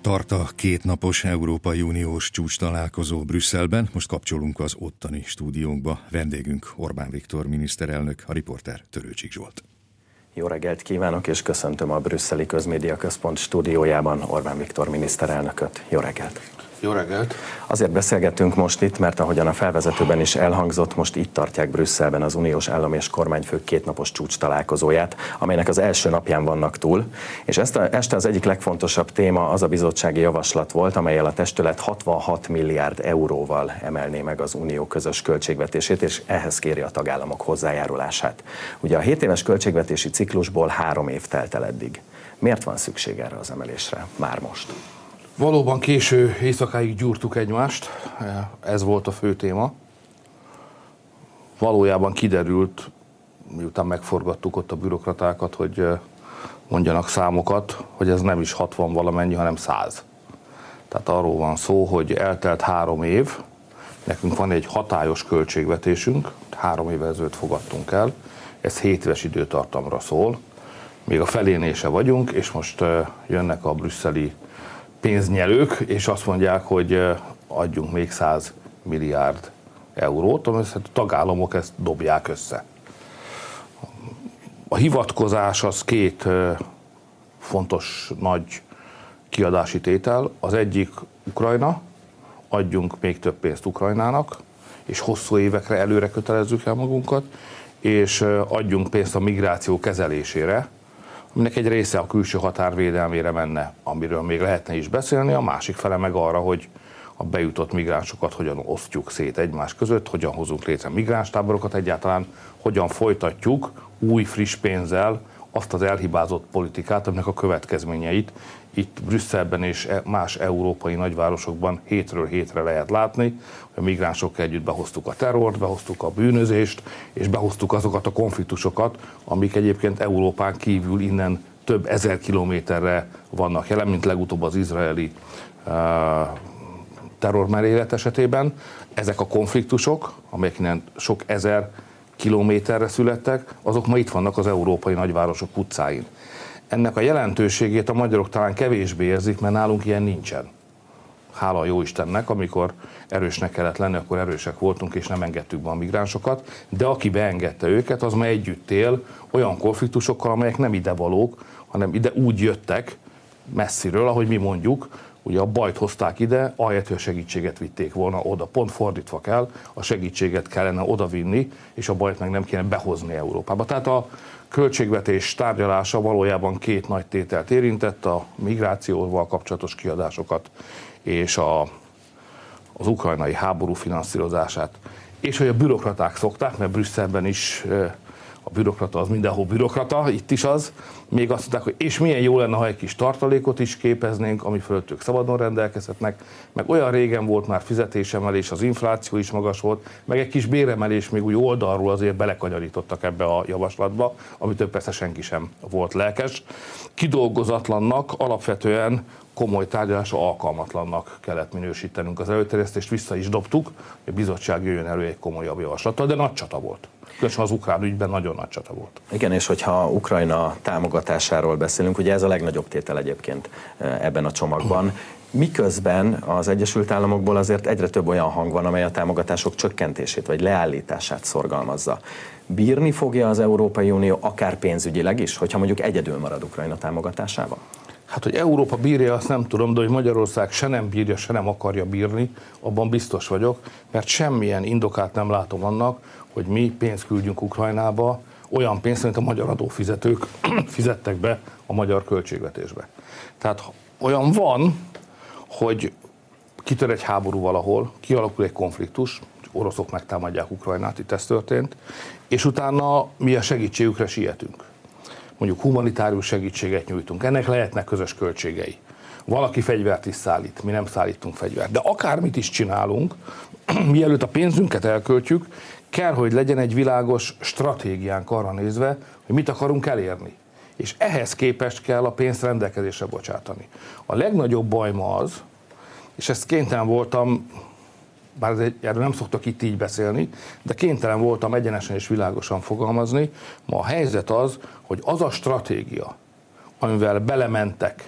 tart a kétnapos Európai Uniós csúcstalálkozó Brüsszelben. Most kapcsolunk az ottani stúdiónkba. Vendégünk Orbán Viktor miniszterelnök, a riporter Törőcsik Zsolt. Jó reggelt kívánok, és köszöntöm a Brüsszeli Közmédia Központ stúdiójában Orbán Viktor miniszterelnököt. Jó reggelt! Jó reggelt! Azért beszélgettünk most itt, mert ahogyan a felvezetőben is elhangzott, most itt tartják Brüsszelben az uniós állam és kormányfők kétnapos csúcs találkozóját, amelynek az első napján vannak túl. És este az egyik legfontosabb téma az a bizottsági javaslat volt, amellyel a testület 66 milliárd euróval emelné meg az unió közös költségvetését, és ehhez kéri a tagállamok hozzájárulását. Ugye a 7 éves költségvetési ciklusból 3 év telt el eddig. Miért van szükség erre az emelésre már most? Valóban késő éjszakáig gyúrtuk egymást, ez volt a fő téma. Valójában kiderült, miután megforgattuk ott a bürokratákat, hogy mondjanak számokat, hogy ez nem is 60 valamennyi, hanem 100. Tehát arról van szó, hogy eltelt 3 év, nekünk van egy hatályos költségvetésünk, 3 évvel ezelőtt fogadtunk el, ez 7 éves időtartamra szól, még a felénél se vagyunk, és most jönnek a brüsszeli pénznyelők, és azt mondják, hogy adjunk még 100 milliárd eurót, a tagállamok ezt dobják össze. A hivatkozás az 2 fontos nagy kiadási tétel. Az egyik Ukrajna, adjunk még több pénzt Ukrajnának, és hosszú évekre előre kötelezzük el magunkat, és adjunk pénzt a migráció kezelésére, aminek egy része a külső határ védelmére menne, amiről még lehetne is beszélni, a másik fele meg arra, hogy a bejutott migránsokat hogyan osztjuk szét egymás között, hogyan hozunk létre migránstáborokat, egyáltalán hogyan folytatjuk új, friss pénzzel azt az elhibázott politikát, aminek a következményeit itt Brüsszelben és más európai nagyvárosokban hétről hétre lehet látni, hogy a migránsokkal együtt behoztuk a terrort, behoztuk a bűnözést, és behoztuk azokat a konfliktusokat, amik egyébként Európán kívül innen több ezer kilométerre vannak jelen, mint legutóbb az izraeli terrormerénylet esetében. Ezek a konfliktusok, amelyek innen sok ezer kilométerre születtek, azok ma itt vannak az európai nagyvárosok utcáin. Ennek a jelentőségét a magyarok talán kevésbé érzik, mert nálunk ilyen nincsen. Hála a Jóistennek, amikor erősnek kellett lenni, akkor erősek voltunk, és nem engedtük be a migránsokat, de aki beengedte őket, az ma együtt él olyan konfliktusokkal, amelyek nem idevalók, hanem ide úgy jöttek messziről, ahogy mi mondjuk, ugye a bajt hozták ide, ahelyett, hogy a segítséget vitték volna oda. Pont fordítva kell, a segítséget kellene odavinni, és a bajt meg nem kéne behozni Európába. Tehát a költségvetés tárgyalása valójában 2 nagy tételt érintett, a migrációval kapcsolatos kiadásokat és az ukrajnai háború finanszírozását. És hogy a bürokraták szokták, mert Brüsszelben is a bürokrata az mindenhol bürokrata, itt is az, még azt mondták, hogy és milyen jó lenne, ha egy kis tartalékot is képeznénk, ami fölött ők szabadon rendelkezhetnek, meg olyan régen volt már fizetésemelés, az infláció is magas volt, meg egy kis béremelés még úgy oldalról azért belekanyarítottak ebbe a javaslatba, amitől persze senki sem volt lelkes. Kidolgozatlannak, alapvetően komoly tárgyalásra alkalmatlannak kellett minősítenünk az előterjesztést, vissza is dobtuk, hogy a bizottság jöjjön elő egy komolyabb javaslattal, de nagy csata volt. Különösen az ukrán ügyben nagyon nagy csata volt. Igen, és hogyha Ukrajna támogatásáról beszélünk, ugye ez a legnagyobb tétel egyébként ebben a csomagban, miközben az Egyesült Államokból azért egyre több olyan hang van, amely a támogatások csökkentését vagy leállítását szorgalmazza. Bírni fogja az Európai Unió akár pénzügyileg is, hogyha mondjuk egyedül marad Ukrajna támogatásával? Hát, hogy Európa bírja, azt nem tudom, de hogy Magyarország se nem bírja, se nem akarja bírni, abban biztos vagyok, mert semmilyen indokát nem látom annak, hogy mi pénzt küldjünk Ukrajnába, olyan pénzt, amit a magyar adófizetők fizettek be a magyar költségvetésbe. Tehát olyan van, hogy kitör egy háború valahol, kialakul egy konfliktus, oroszok megtámadják Ukrajnát, itt ez történt, és utána mi a segítségükre sietünk. Mondjuk humanitárius segítséget nyújtunk, ennek lehetnek közös költségei. Valaki fegyvert is szállít, mi nem szállítunk fegyvert. De akármit is csinálunk, mielőtt a pénzünket elköltjük, kell, hogy legyen egy világos stratégiánk arra nézve, hogy mit akarunk elérni. És ehhez képest kell a pénzt rendelkezésre bocsátani. A legnagyobb baj ma az, és ezt kénytelen voltam, bár erről nem szoktak itt így beszélni, de kénytelen voltam egyenesen és világosan fogalmazni. Ma a helyzet az, hogy az a stratégia, amivel belementek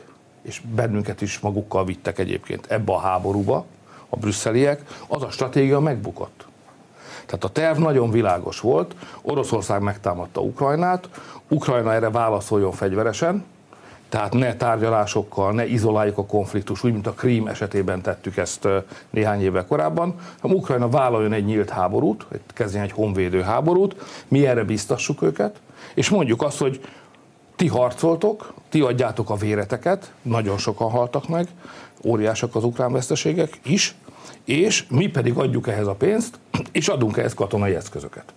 és bennünket is magukkal vittek egyébként ebbe a háborúba, a brüsszeliek, az a stratégia megbukott. Tehát a terv nagyon világos volt, Oroszország megtámadta Ukrajnát, Ukrajna erre válaszoljon fegyveresen, tehát ne tárgyalásokkal, ne izoláljuk a konfliktust, úgy, mint a Krím esetében tettük ezt néhány évvel korábban, hanem Ukrajna vállaljon egy nyílt háborút, kezdjen egy honvédő háborút, mi erre biztassuk őket, és mondjuk azt, hogy ti harcoltok, ti adjátok a véreteket, nagyon sokan haltak meg, óriásak az ukrán veszteségek is, és mi pedig adjuk ehhez a pénzt, és adunk ehhez katonai eszközöket.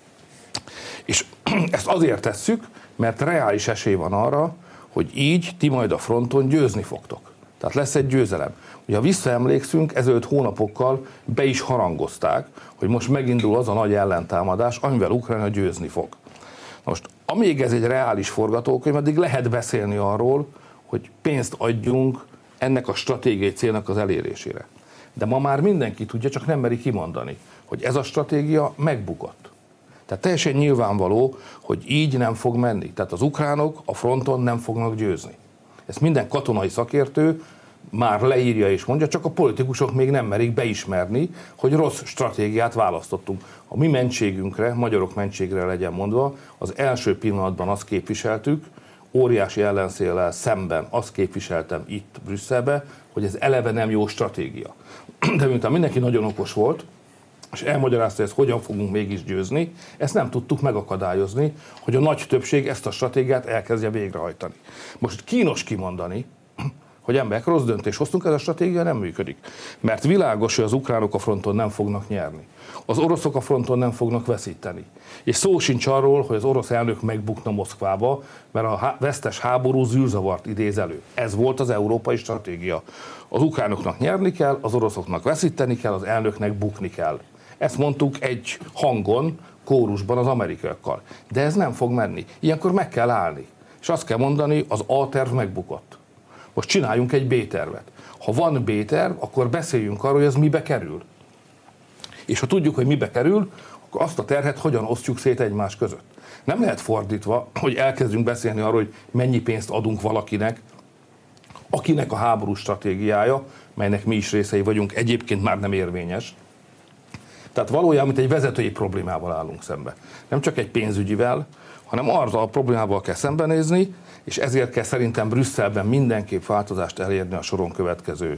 És ezt azért tesszük, mert reális esély van arra, hogy így ti majd a fronton győzni fogtok. Tehát lesz egy győzelem. Ugye, ha visszaemlékszünk, ezelőtt hónapokkal be is harangozták, hogy most megindul az a nagy ellentámadás, amivel Ukrajna győzni fog. Na most, amíg ez egy reális forgatókönyv, addig lehet beszélni arról, hogy pénzt adjunk ennek a stratégiai célnak az elérésére. De ma már mindenki tudja, csak nem meri kimondani, hogy ez a stratégia megbukott. Tehát teljesen nyilvánvaló, hogy így nem fog menni. Tehát az ukránok a fronton nem fognak győzni. Ezt minden katonai szakértő már leírja és mondja, csak a politikusok még nem merik beismerni, hogy rossz stratégiát választottunk. A mi mentségünkre, magyarok mentségre legyen mondva, az első pillanatban azt képviseltük, óriási ellenszéllel szemben azt képviseltem itt Brüsszelbe, hogy ez eleve nem jó stratégia. De miután mindenki nagyon okos volt, és elmagyarázta, hogy ezt hogyan fogunk mégis győzni, ezt nem tudtuk megakadályozni, hogy a nagy többség ezt a stratégiát elkezdje végrehajtani. Most kínos kimondani, hogy emberek, rossz döntést hoztunk, ez a stratégia nem működik. Mert világos, hogy az ukránok a fronton nem fognak nyerni. Az oroszok a fronton nem fognak veszíteni. És szó sincs arról, hogy az orosz elnök megbukna Moszkvába, mert a vesztes háború zűrzavart idéz elő. Ez volt az európai stratégia. Az ukránoknak nyerni kell, az oroszoknak veszíteni kell, az elnöknek bukni kell. Ezt mondtuk egy hangon, kórusban az amerikaiakkal. De ez nem fog menni. Ilyenkor meg kell állni. És azt kell mondani, az A terv megbukott. Most csináljunk egy B-tervet. Ha van B-terv, akkor beszéljünk arról, hogy ez mibe kerül. És ha tudjuk, hogy mibe kerül, akkor azt a terhet hogyan osztjuk szét egymás között. Nem lehet fordítva, hogy elkezdünk beszélni arról, hogy mennyi pénzt adunk valakinek, akinek a háború stratégiája, melynek mi is részei vagyunk, egyébként már nem érvényes. Tehát valójában, mint egy vezetői problémával állunk szembe. Nem csak egy pénzügyivel, hanem arra a problémával kell szembenézni, és ezért kell szerintem Brüsszelben mindenképp változást elérni a soron következő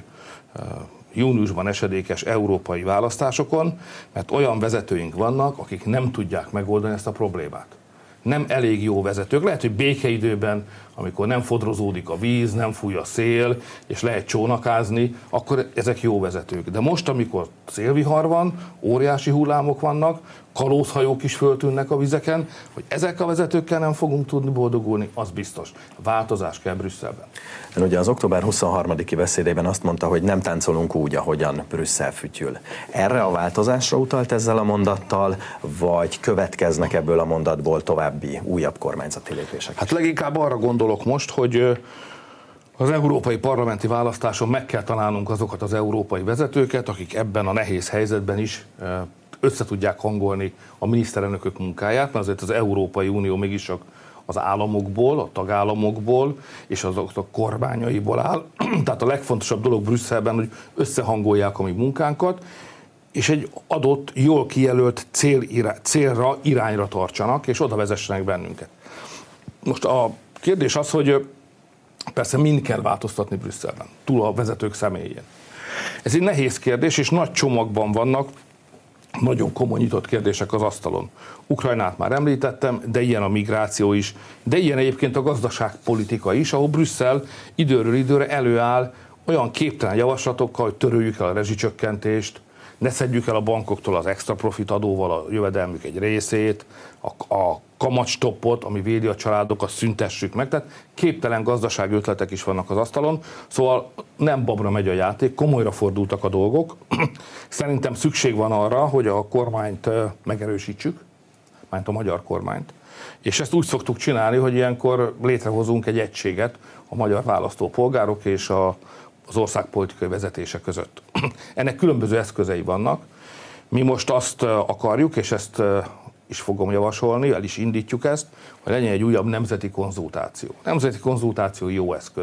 júniusban esedékes európai választásokon, mert olyan vezetőink vannak, akik nem tudják megoldani ezt a problémát. Nem elég jó vezetők. Lehet, hogy békeidőben, amikor nem fodrozódik a víz, nem fúj a szél, és lehet csónakázni, akkor ezek jó vezetők. De most, amikor szélvihar van, óriási hullámok vannak, kalózhajók is föltűnnek a vizeken, hogy ezek a vezetőkkel nem fogunk tudni boldogulni, az biztos. Változás kell Brüsszelben. Ön ugye az október 23-i beszédében azt mondta, hogy nem táncolunk úgy, ahogyan Brüsszel fütyül. Erre a változásra utalt ezzel a mondattal, vagy következnek ebből a mondatból további újabb kormányzati lépések? Hát leginkább arra gondolok most, hogy az európai parlamenti választáson meg kell találnunk azokat az európai vezetőket, akik ebben a nehéz helyzetben is össze tudják hangolni a miniszterelnökök munkáját, mert azért az Európai Unió mégis az államokból, a tagállamokból és azok a kormányaiból áll. Tehát a legfontosabb dolog Brüsszelben, hogy összehangolják a mi munkánkat, és egy adott, jól kijelölt célra, irányra tartsanak, és oda vezessenek bennünket. Most a kérdés az, hogy persze mind kell változtatni Brüsszelben, túl a vezetők személyén. Ez egy nehéz kérdés, és nagy csomagban vannak, nagyon komoly nyitott kérdések az asztalon. Ukrajnát már említettem, de ilyen a migráció is, de ilyen egyébként a gazdaságpolitika is, ahol Brüsszel időről időre előáll olyan képtelen javaslatokkal, hogy töröljük el a rezsicsökkentést, ne szedjük el a bankoktól az extra profit adóval a jövedelmük egy részét, a kamatstoppot, ami védi a családokat, szüntessük meg, tehát képtelen gazdasági ötletek is vannak az asztalon, szóval nem babra megy a játék, komolyra fordultak a dolgok. Szerintem szükség van arra, hogy a kormányt megerősítsük, mint a magyar kormányt, és ezt úgy szoktuk csinálni, hogy ilyenkor létrehozunk egy egységet a magyar választópolgárok és az országpolitikai vezetése között. Ennek különböző eszközei vannak. Mi most azt akarjuk, és ezt is fogom javasolni, el is indítjuk ezt, hogy legyen egy újabb nemzeti konzultáció. Nemzeti konzultáció jó eszköz,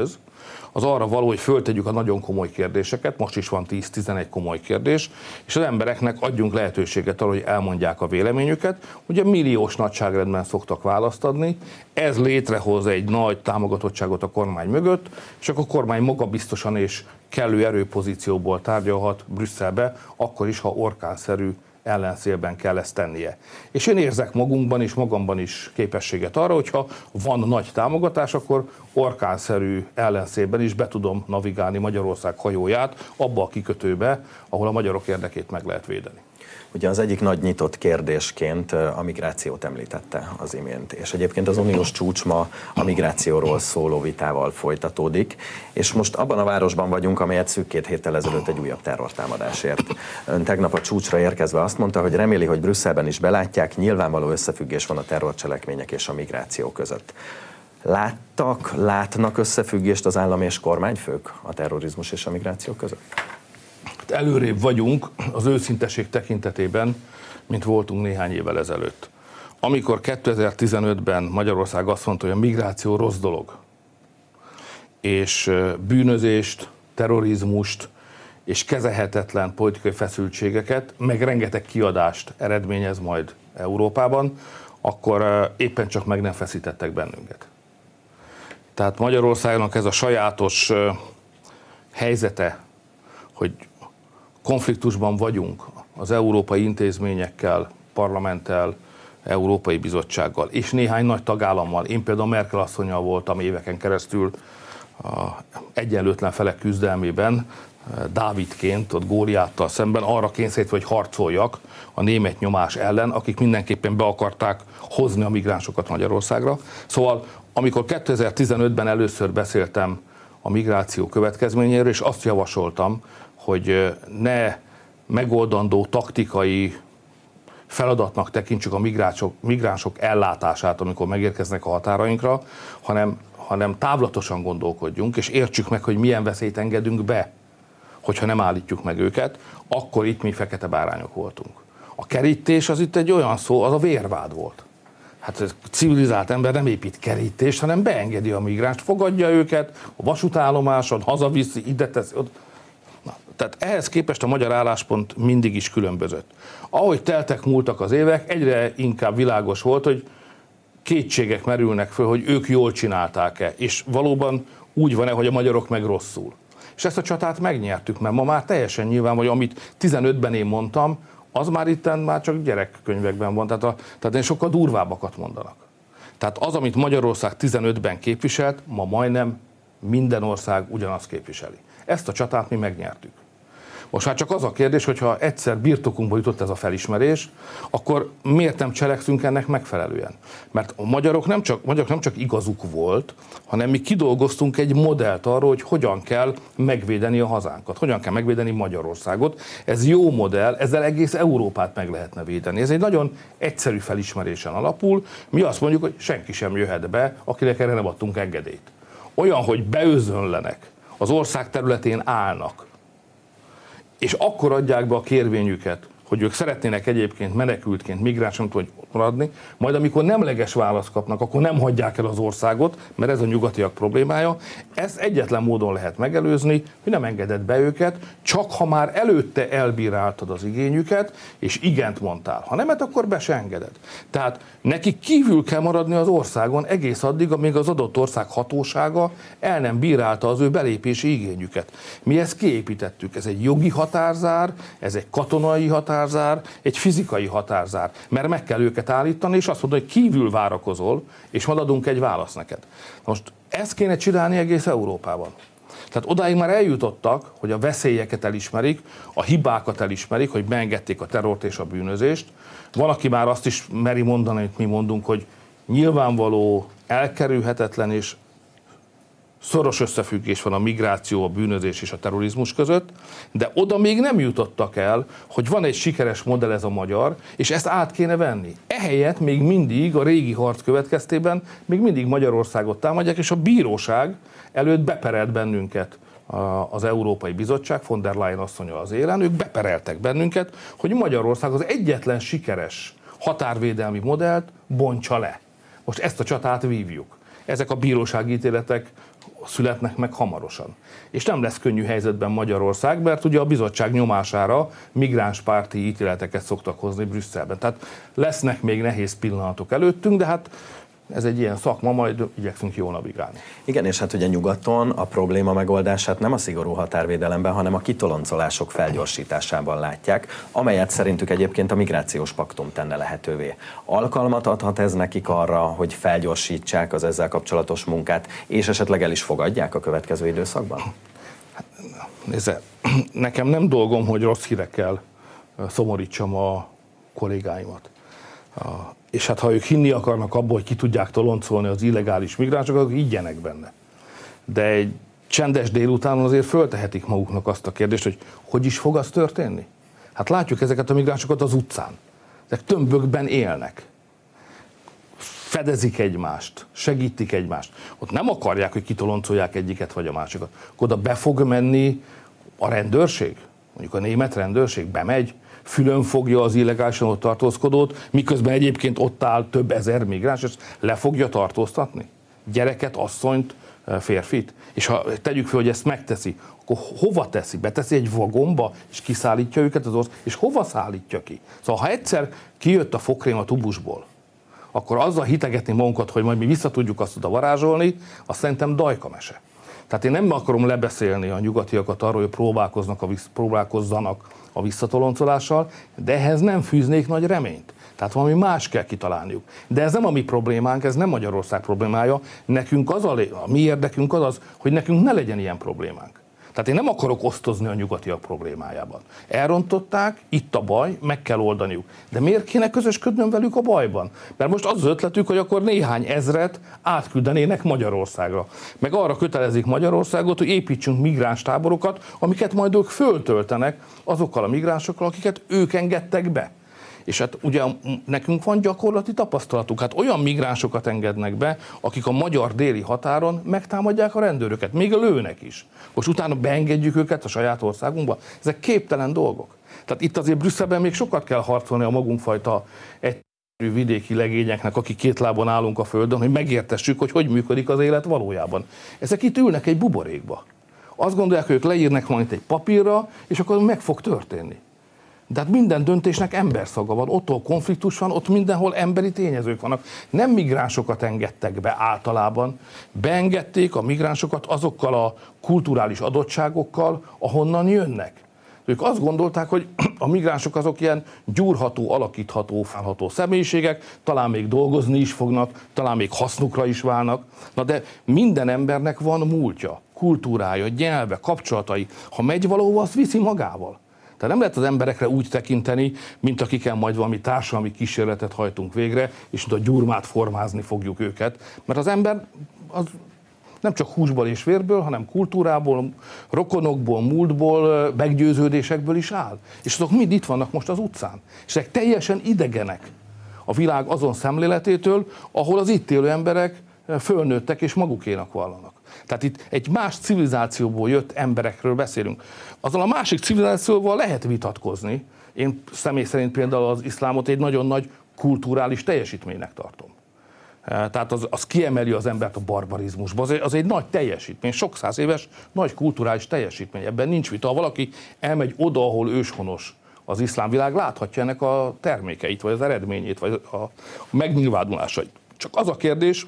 az arra való, hogy föltegyük a nagyon komoly kérdéseket, most is van 10-11 komoly kérdés, és az embereknek adjunk lehetőséget arra, hogy elmondják a véleményüket. Ugye milliós nagyságrendben szoktak választ adni, ez létrehoz egy nagy támogatottságot a kormány mögött, és akkor a kormány magabiztosan és kellő erőpozícióból tárgyalhat Brüsszelbe, akkor is, ha orkánszerű ellenszélben kell ezt tennie. És én érzek magunkban és magamban is képességet arra, hogyha van nagy támogatás, akkor orkánszerű ellenszélben is be tudom navigálni Magyarország hajóját abba a kikötőbe, ahol a magyarok érdekét meg lehet védeni. Ugye az egyik nagy nyitott kérdésként a migrációt említette az imént, és egyébként az uniós csúcs ma a migrációról szóló vitával folytatódik, és most abban a városban vagyunk, amelyet szűk 2 héttel ezelőtt egy újabb terrortámadásért. Ön tegnap a csúcsra érkezve azt mondta, hogy reméli, hogy Brüsszelben is belátják, nyilvánvaló összefüggés van a terrorcselekmények és a migráció között. Látnak összefüggést az állam és kormányfők a terrorizmus és a migráció között? Előrébb vagyunk az őszintesség tekintetében, mint voltunk néhány évvel ezelőtt. Amikor 2015-ben Magyarország azt mondta, hogy a migráció rossz dolog, és bűnözést, terrorizmust és kezelhetetlen politikai feszültségeket, meg rengeteg kiadást eredményez majd Európában, akkor éppen csak meg nem feszítettek bennünket. Tehát Magyarországnak ez a sajátos helyzete, hogy konfliktusban vagyunk az európai intézményekkel, parlamenttel, Európai Bizottsággal és néhány nagy tagállammal. Én például Merkel asszonnyal voltam éveken keresztül a egyenlőtlen felek küzdelmében, Dávidként, ott Góliáttal szemben arra kényszerítve, hogy harcoljak a német nyomás ellen, akik mindenképpen be akarták hozni a migránsokat Magyarországra. Szóval, amikor 2015-ben először beszéltem a migráció következményéről, és azt javasoltam, hogy ne megoldandó taktikai feladatnak tekintsük a migránsok ellátását, amikor megérkeznek a határainkra, hanem távlatosan gondolkodjunk, és értsük meg, hogy milyen veszélyt engedünk be, hogyha nem állítjuk meg őket, akkor itt mi fekete bárányok voltunk. A kerítés az itt egy olyan szó, az a vérvád volt. Hát ez civilizált ember nem épít kerítést, hanem beengedi a migránst, fogadja őket a vasútállomáson, hazaviszi, ide teszi, ott. Tehát ehhez képest a magyar álláspont mindig is különbözött. Ahogy teltek, múltak az évek, egyre inkább világos volt, hogy kétségek merülnek föl, hogy ők jól csinálták-e, és valóban úgy van-e, hogy a magyarok meg rosszul. És ezt a csatát megnyertük, mert ma már teljesen nyilván, hogy amit 15-ben én mondtam, az már itten már csak gyerekkönyvekben van, tehát én sokkal durvábbakat mondanak. Tehát az, amit Magyarország 15-ben képviselt, ma majdnem minden ország ugyanazt képviseli. Ezt a csatát mi megnyertük. Most már csak az a kérdés, hogyha egyszer birtokunkba jutott ez a felismerés, akkor miért nem cselekszünk ennek megfelelően? Mert a magyarok nem csak igazuk volt, hanem mi kidolgoztunk egy modellt arról, hogy hogyan kell megvédeni a hazánkat, hogyan kell megvédeni Magyarországot. Ez jó modell, ezzel egész Európát meg lehetne védeni. Ez egy nagyon egyszerű felismerésen alapul. Mi azt mondjuk, hogy senki sem jöhet be, akinek erre nem adtunk engedélyt. Olyan, hogy beözönlenek, az ország területén állnak, és akkor adják be a kérvényüket, hogy ők szeretnének egyébként menekültként, migránsként maradni, majd amikor nemleges választ kapnak, akkor nem hagyják el az országot, mert ez a nyugatiak problémája. Ezt egyetlen módon lehet megelőzni, hogy nem engedett be őket, csak ha már előtte elbíráltad az igényüket, és igent mondtál. Ha nemet, akkor be se engeded. Tehát nekik kívül kell maradni az országon egész addig, amíg az adott ország hatósága el nem bírálta az ő belépési igényüket. Mi ezt kiépítettük. Ez egy jogi határzár, ez egy katonai határzár, egy fizikai határzár, mert meg kell őket állítani, és azt mondod, hogy kívül várakozol, és majd adunk egy választ neked. Most ezt kéne csinálni egész Európában. Tehát odáig már eljutottak, hogy a veszélyeket elismerik, a hibákat elismerik, hogy beengedték a terrort és a bűnözést. Van, aki már azt is meri mondani, amit mi mondunk, hogy nyilvánvaló, elkerülhetetlen és szoros összefüggés van a migráció, a bűnözés és a terrorizmus között, de oda még nem jutottak el, hogy van egy sikeres modell, ez a magyar, és ezt át kéne venni. Ehelyett még mindig a régi harc következtében még mindig Magyarországot támadják, és a bíróság előtt beperelt bennünket az Európai Bizottság, von der Leyen asszonya az élen, ők bepereltek bennünket, hogy Magyarország az egyetlen sikeres határvédelmi modellt bontsa le. Most ezt a csatát vívjuk. Ezek a bírósági ítéletek születnek meg hamarosan. És nem lesz könnyű helyzetben Magyarország, mert ugye a bizottság nyomására migránspárti ítéleteket szoktak hozni Brüsszelben. Tehát lesznek még nehéz pillanatok előttünk, de hát ez egy ilyen szakma, majd igyekszünk jól navigálni. Igen, és hát ugye nyugaton a probléma megoldását nem a szigorú határvédelemben, hanem a kitoloncolások felgyorsításában látják, amelyet szerintük egyébként a migrációs paktum tenne lehetővé. Alkalmat adhat ez nekik arra, hogy felgyorsítsák az ezzel kapcsolatos munkát, és esetleg el is fogadják a következő időszakban? Nézze, nekem nem dolgom, hogy rossz hírekkel szomorítsam a kollégáimat. És hát ha ők hinni akarnak abból, hogy ki tudják toloncolni az illegális migránsokat, akkor higgyenek benne. De egy csendes délutánon azért föltehetik maguknak azt a kérdést, hogy is fog az történni? Hát látjuk ezeket a migránsokat az utcán. Ezek tömbökben élnek. Fedezik egymást, segítik egymást. Ott nem akarják, hogy kitoloncolják egyiket vagy a másikat. Oda be fog menni a rendőrség, mondjuk a német rendőrség bemegy, fülön fogja az illegálisan ott tartózkodót, miközben egyébként ott áll több ezer migráns, és le fogja tartóztatni? Gyereket, asszonyt, férfit? És ha tegyük fel, hogy ezt megteszi, akkor hova teszi? Beteszi egy vagomba, és kiszállítja őket az ország, és hova szállítja ki? Szóval ha egyszer kijött a fokrém a tubusból, akkor azzal hitegetni magunkat, hogy majd mi vissza tudjuk azt oda varázsolni, azt szerintem dajkamese. Tehát én nem akarom lebeszélni a nyugatiakat arról, hogy próbálkozzanak a visszatoloncolással, de ehhez nem fűznék nagy reményt. Tehát valami más kell kitalálniuk. De ez nem a mi problémánk, ez nem Magyarország problémája. Nekünk a mi érdekünk az, hogy nekünk ne legyen ilyen problémánk. Tehát én nem akarok osztozni a nyugatiak problémájában. Elrontották, itt a baj, meg kell oldaniuk. De miért kéne közösködnöm velük a bajban? Mert most az ötletük, hogy akkor néhány ezret átküldenének Magyarországra. Meg arra kötelezik Magyarországot, hogy építsünk migránstáborokat, amiket majd ők föltöltenek azokkal a migránsokkal, akiket ők engedtek be. És hát ugye nekünk van gyakorlati tapasztalatuk, hát olyan migránsokat engednek be, akik a magyar déli határon megtámadják a rendőröket, még lőnek is. Most utána beengedjük őket a saját országunkba. Ezek képtelen dolgok. Tehát itt azért Brüsszelben még sokat kell harcolni a magunkfajta egyszerű vidéki legényeknek, akik két lábon állunk a földön, hogy megértessük, hogy működik az élet valójában. Ezek itt ülnek egy buborékba. Azt gondolják, hogy ők leírnek valamit egy papírra, és akkor meg fog történni. De hát minden döntésnek emberszaga van, ott konfliktus van, ott mindenhol emberi tényezők vannak. Nem migránsokat engedtek be általában, beengedték a migránsokat azokkal a kulturális adottságokkal, ahonnan jönnek. Ők azt gondolták, hogy a migránsok azok ilyen gyúrható, alakítható, fálható személyiségek, talán még dolgozni is fognak, talán még hasznukra is válnak. Na de minden embernek van múltja, kultúrája, nyelve, kapcsolatai. Ha megy valahova, azt viszi magával. Tehát nem lehet az emberekre úgy tekinteni, mint akikkel majd valami társadalmi kísérletet hajtunk végre, és mint a gyurmát formázni fogjuk őket. Mert az ember az nem csak húsból és vérből, hanem kultúrából, rokonokból, múltból, meggyőződésekből is áll. És azok mind itt vannak most az utcán. És ezek teljesen idegenek a világ azon szemléletétől, ahol az itt élő emberek fölnőttek és magukénak vallanak. Tehát itt egy más civilizációból jött emberekről beszélünk. Azzal a másik civilizációval lehet vitatkozni. Én személy szerint például az iszlámot egy nagyon nagy kulturális teljesítménynek tartom. Tehát az kiemeli az embert a barbarizmusba. Az egy nagy teljesítmény, sok száz éves nagy kulturális teljesítmény. Ebben nincs vita. Ha valaki elmegy oda, ahol őshonos az iszlám világ, láthatja ennek a termékeit, vagy az eredményét, vagy a megnyilvánulásait. Csak az a kérdés,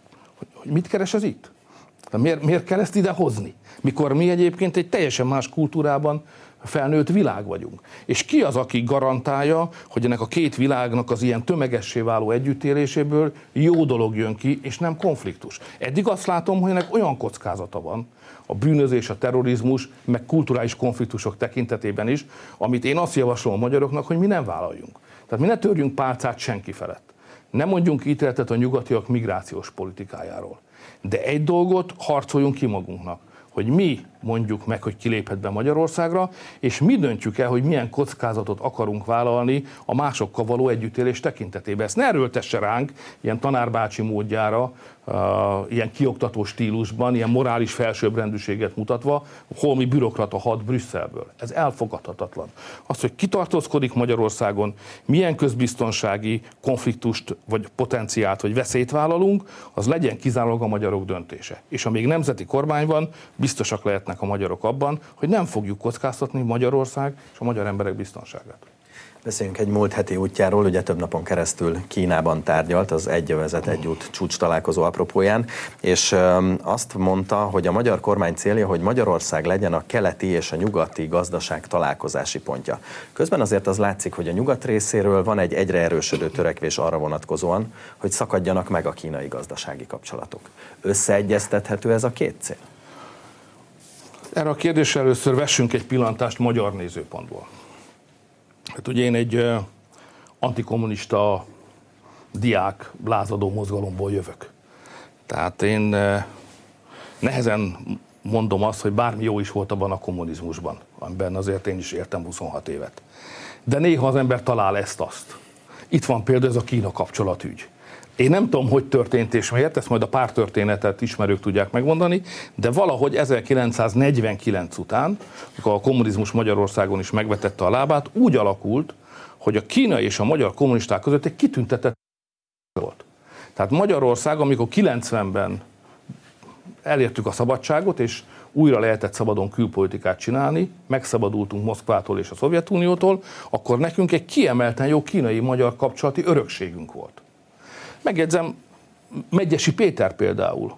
hogy mit keres ez itt? Miért kell ezt ide hozni? Mikor mi egyébként egy teljesen más kultúrában felnőtt világ vagyunk. És ki az, aki garantálja, hogy ennek a két világnak az ilyen tömegessé váló együttéléséből jó dolog jön ki, és nem konfliktus. Eddig azt látom, hogy ennek olyan kockázata van, a bűnözés, a terrorizmus, meg kulturális konfliktusok tekintetében is, amit én azt javaslom a magyaroknak, hogy mi nem vállaljunk. Tehát mi ne törjünk pálcát senki felett. Nem mondjunk ítéletet a nyugatiak migrációs politikájáról. De egy dolgot harcoljunk ki magunknak, hogy mi mondjuk meg, hogy kiléphet be Magyarországra, és mi döntjük el, hogy milyen kockázatot akarunk vállalni a másokkal való együttélés tekintetében. Ezt ne erőltesse ránk ilyen tanárbácsi módjára, ilyen kioktató stílusban, ilyen morális felsőbbrendűséget mutatva, holmi bürokrata hat Brüsszelből. Ez elfogadhatatlan. Az, hogy kitartózkodik Magyarországon, milyen közbiztonsági konfliktust, vagy potenciált, vagy veszélyt vállalunk, az legyen kizárólag a magyarok döntése. És amíg nemzeti kormány van, biztosak lehetnek a magyarok abban, hogy nem fogjuk kockáztatni Magyarország és a magyar emberek biztonságát. Beszéljünk egy múlt heti útjáról, ugye több napon keresztül Kínában tárgyalt az Egy övezet, egy út csúcs találkozó apropóján, és azt mondta, hogy a magyar kormány célja, hogy Magyarország legyen a keleti és a nyugati gazdaság találkozási pontja. Közben azért az látszik, hogy a nyugat részéről van egy egyre erősödő törekvés arra vonatkozóan, hogy szakadjanak meg a kínai gazdasági kapcsolatok. Összeegyeztethető ez a két cél? Erre a kérdésre először vessünk egy pillantást magyar nézőpontból. Hát ugye én egy antikommunista diák lázadó mozgalomból jövök. Tehát én nehezen mondom azt, hogy bármi jó is volt abban a kommunizmusban, amiben azért én is éltem 26 évet. De néha az ember talál ezt-azt. Itt van például ez a Kína kapcsolatügy. Én nem tudom, hogy történt és miért, ezt majd a pártörténetet ismerők tudják megmondani, de valahogy 1949 után, amikor a kommunizmus Magyarországon is megvetette a lábát, úgy alakult, hogy a kínai és a magyar kommunisták között egy kitüntetett volt. Tehát Magyarország, amikor 90-ben elértük a szabadságot, és újra lehetett szabadon külpolitikát csinálni, megszabadultunk Moszkvától és a Szovjetuniótól, akkor nekünk egy kiemelten jó kínai-magyar kapcsolati örökségünk volt. Megjegyzem, Medgyessy Péter például,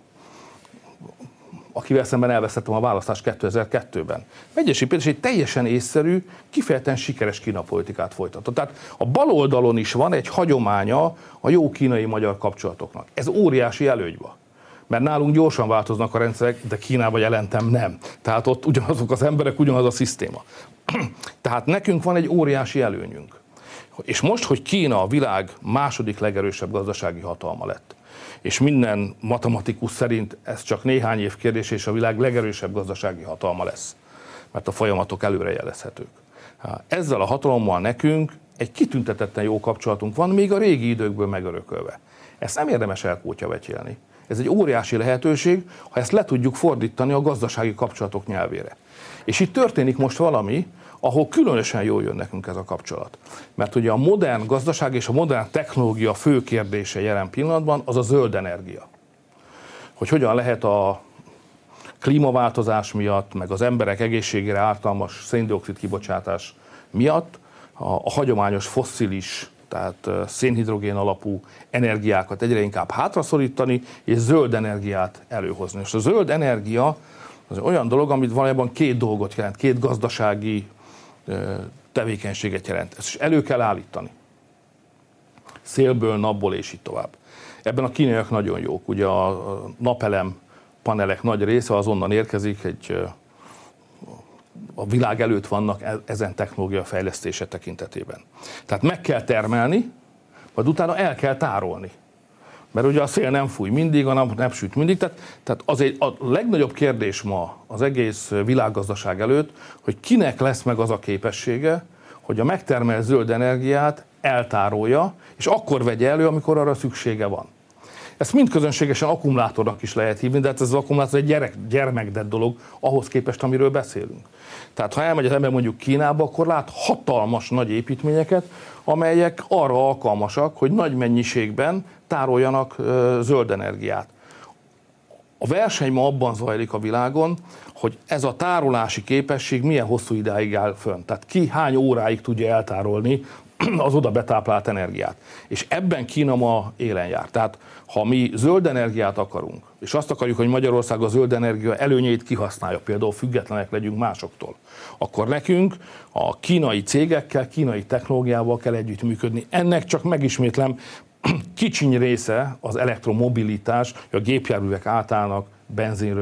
akivel szemben elvesztettem a választást 2002-ben. Medgyessy Péter egy teljesen észszerű, kifejezetten sikeres kínapolitikát folytatott. Tehát a bal oldalon is van egy hagyománya a jó kínai-magyar kapcsolatoknak. Ez óriási előny van. Mert nálunk gyorsan változnak a rendszerek, de Kínában jelentem nem. Tehát ott ugyanazok az emberek, ugyanaz a szisztéma. Tehát nekünk van egy óriási előnyünk. És most, hogy Kína a világ második legerősebb gazdasági hatalma lett, és minden matematikus szerint ez csak néhány év kérdés, és a világ legerősebb gazdasági hatalma lesz, mert a folyamatok előrejelezhetők. Ezzel a hatalommal nekünk egy kitüntetetten jó kapcsolatunk van, még a régi időkből megörökölve. Ezt nem érdemes elkótyavetyélni. Ez egy óriási lehetőség, ha ezt le tudjuk fordítani a gazdasági kapcsolatok nyelvére. És itt történik most valami, ahol különösen jól jön nekünk ez a kapcsolat. Mert ugye a modern gazdaság és a modern technológia fő kérdése jelen pillanatban az a zöld energia. Hogy hogyan lehet a klímaváltozás miatt, meg az emberek egészségére ártalmas szén-dioxid kibocsátás miatt a hagyományos fosszilis, tehát szénhidrogén alapú energiákat egyre inkább hátraszorítani, és zöld energiát előhozni. És a zöld energia az olyan dolog, amit valójában két dolgot jelent, két gazdasági tevékenységet jelent. Ezt is elő kell állítani. Szélből, napból és így tovább. Ebben a kínaiak nagyon jók. Ugye a napelem panelek nagy része azonnan érkezik, a világ előtt vannak ezen technológia fejlesztése tekintetében. Tehát meg kell termelni, majd utána el kell tárolni. Mert ugye a szél nem fúj mindig, a nap nem süt mindig. Tehát azért a legnagyobb kérdés ma az egész világgazdaság előtt, hogy kinek lesz meg az a képessége, hogy a megtermelt zöld energiát eltárolja, és akkor vegye elő, amikor arra szüksége van. Ezt mind közönségesen akkumulátornak is lehet hívni, de hát ez az akkumulátor egy gyermekdett dolog ahhoz képest, amiről beszélünk. Tehát ha elmegy az ember mondjuk Kínába, akkor lát hatalmas nagy építményeket, amelyek arra alkalmasak, hogy nagy mennyiségben tároljanak zöld energiát. A verseny ma abban zajlik a világon, hogy ez a tárolási képesség milyen hosszú idáig áll fönn. Tehát ki hány óráig tudja eltárolni az oda betáplált energiát. És ebben Kína ma élen jár. Tehát ha mi zöld energiát akarunk, és azt akarjuk, hogy Magyarország a zöld energia előnyeit kihasználja, például függetlenek legyünk másoktól, akkor nekünk a kínai cégekkel, kínai technológiával kell együttműködni. Ennek csak megismétlem, kicsiny része az elektromobilitás, hogy a gépjárművek átállnak benzinről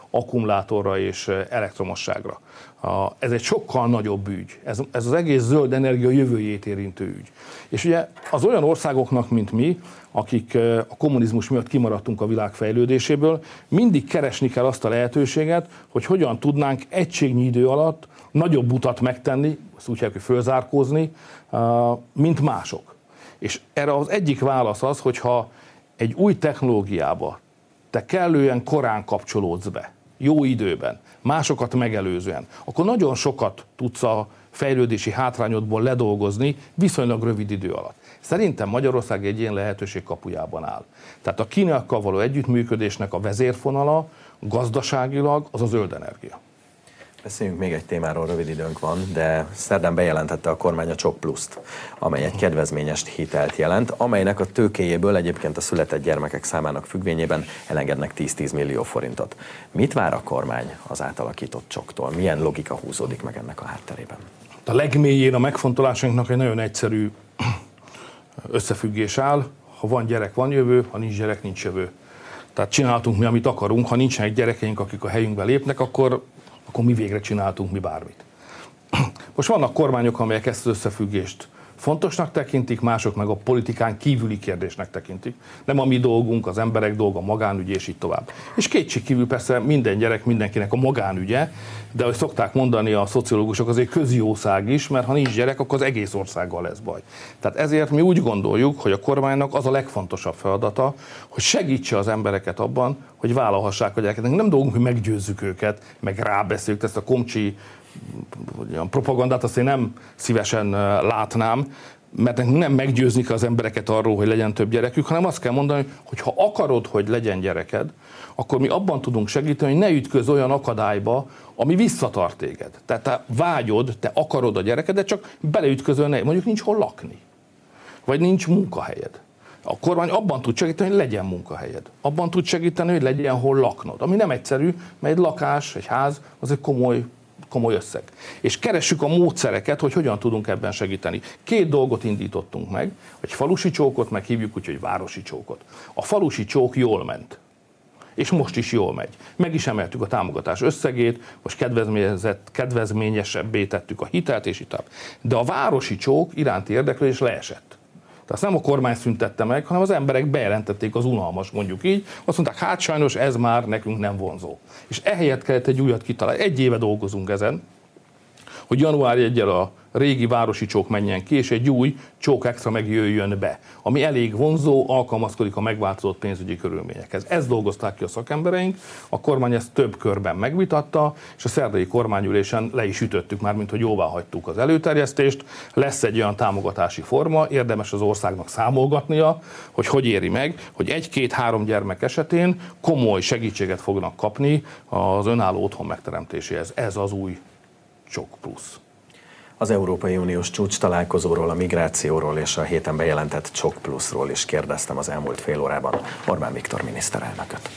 akkumulátorra és elektromosságra. Ez egy sokkal nagyobb ügy. Ez az egész zöld energia jövőjét érintő ügy. És ugye az olyan országoknak, mint mi, akik a kommunizmus miatt kimaradtunk a világ fejlődéséből, mindig keresni kell azt a lehetőséget, hogy hogyan tudnánk egységnyi idő alatt nagyobb utat megtenni, azt úgy hívják, hogy fölzárkózni, mint mások. És erre az egyik válasz az, hogyha egy új technológiába te kellően korán kapcsolódsz be, jó időben, másokat megelőzően, akkor nagyon sokat tudsz a fejlődési hátrányodból ledolgozni viszonylag rövid idő alatt. Szerintem Magyarország egy ilyen lehetőség kapujában áll. Tehát a Kínákkal való együttműködésnek a vezérfonala gazdaságilag az a zöld energia. Beszéljünk még egy témáról, rövid időnk van, de szerdán bejelentette a kormány a Csok Pluszt, amely egy kedvezményes hitelt jelent, amelynek a tőkéjéből egyébként a született gyermekek számának függvényében elengednek 10-10 millió forintot. Mit vár a kormány az átalakított Csoktól? Milyen logika húzódik meg ennek a hátterében? A legmélyén a megfontolásainknak egy nagyon egyszerű összefüggés áll. Ha van gyerek, van jövő, ha nincs gyerek, nincs jövő. Tehát csináltunk mi, amit akarunk, ha nincsenek gyerekeink, akik a helyünkbe lépnek, akkor mi végre csináltunk mi bármit. Most vannak kormányok, amelyek ezt az összefüggést fontosnak tekintik, mások meg a politikán kívüli kérdésnek tekintik. Nem a mi dolgunk, az emberek dolga, a magánügy, és így tovább. És kétségkívül persze minden gyerek mindenkinek a magánügye, de ahogy szokták mondani a szociológusok, az egy közjószág is, mert ha nincs gyerek, akkor az egész országgal lesz baj. Tehát ezért mi úgy gondoljuk, hogy a kormánynak az a legfontosabb feladata, hogy segítse az embereket abban, hogy vállalhassák a gyereket. Nem dolgunk, hogy meggyőzzük őket, meg rábeszéljük ezt a komcsi propagandát, azt én nem szívesen látnám, mert nem meggyőzni kell az embereket arról, hogy legyen több gyerekük, hanem azt kell mondani, hogy ha akarod, hogy legyen gyereked, akkor mi abban tudunk segíteni, hogy ne ütközz olyan akadályba, ami visszatart téged. Tehát te vágyod, te akarod a gyerekedet, csak beleütközöl, mondjuk nincs hol lakni, vagy nincs munkahelyed. A kormány abban tud segíteni, hogy legyen munkahelyed. Abban tud segíteni, hogy legyen hol laknod. Ami nem egyszerű, mert egy lakás, egy ház, az egy komoly összeg. És keressük a módszereket, hogy hogyan tudunk ebben segíteni. 2 dolgot indítottunk meg, egy falusi csókot, meg hívjuk úgy, hogy városi csókot. A falusi csók jól ment. És most is jól megy. Meg is emeltük a támogatás összegét, most kedvezményesebbé tettük a hitelt, és így tovább. De a városi csók iránti érdeklődés leesett. Tehát nem a kormány szüntette meg, hanem az emberek bejelentették az unalmas, mondjuk így. Azt mondták, hát sajnos ez már nekünk nem vonzó. És ehelyett kellett egy újat kitalálni. 1 éve dolgozunk ezen, hogy január 1-jel a régi városi csók menjen ki, és egy új csók extra megjöjjön be, ami elég vonzó, alkalmazkodik a megváltozott pénzügyi körülményekhez. Ezt dolgozták ki a szakembereink, a kormány ezt több körben megvitatta, és a szerdai kormányülésen le is ütöttük már, mint hogy jóvá hagytuk az előterjesztést. Lesz egy olyan támogatási forma, érdemes az országnak számolgatnia, hogy éri meg, hogy 1-2-3 gyermek esetén komoly segítséget fognak kapni az önálló otthon megteremtéséhez. Ez az új Csok Plusz. Az Európai Uniós csúcs találkozóról, a migrációról és a héten bejelentett Csok Pluszról is kérdeztem az elmúlt fél órában Orbán Viktor miniszterelnököt.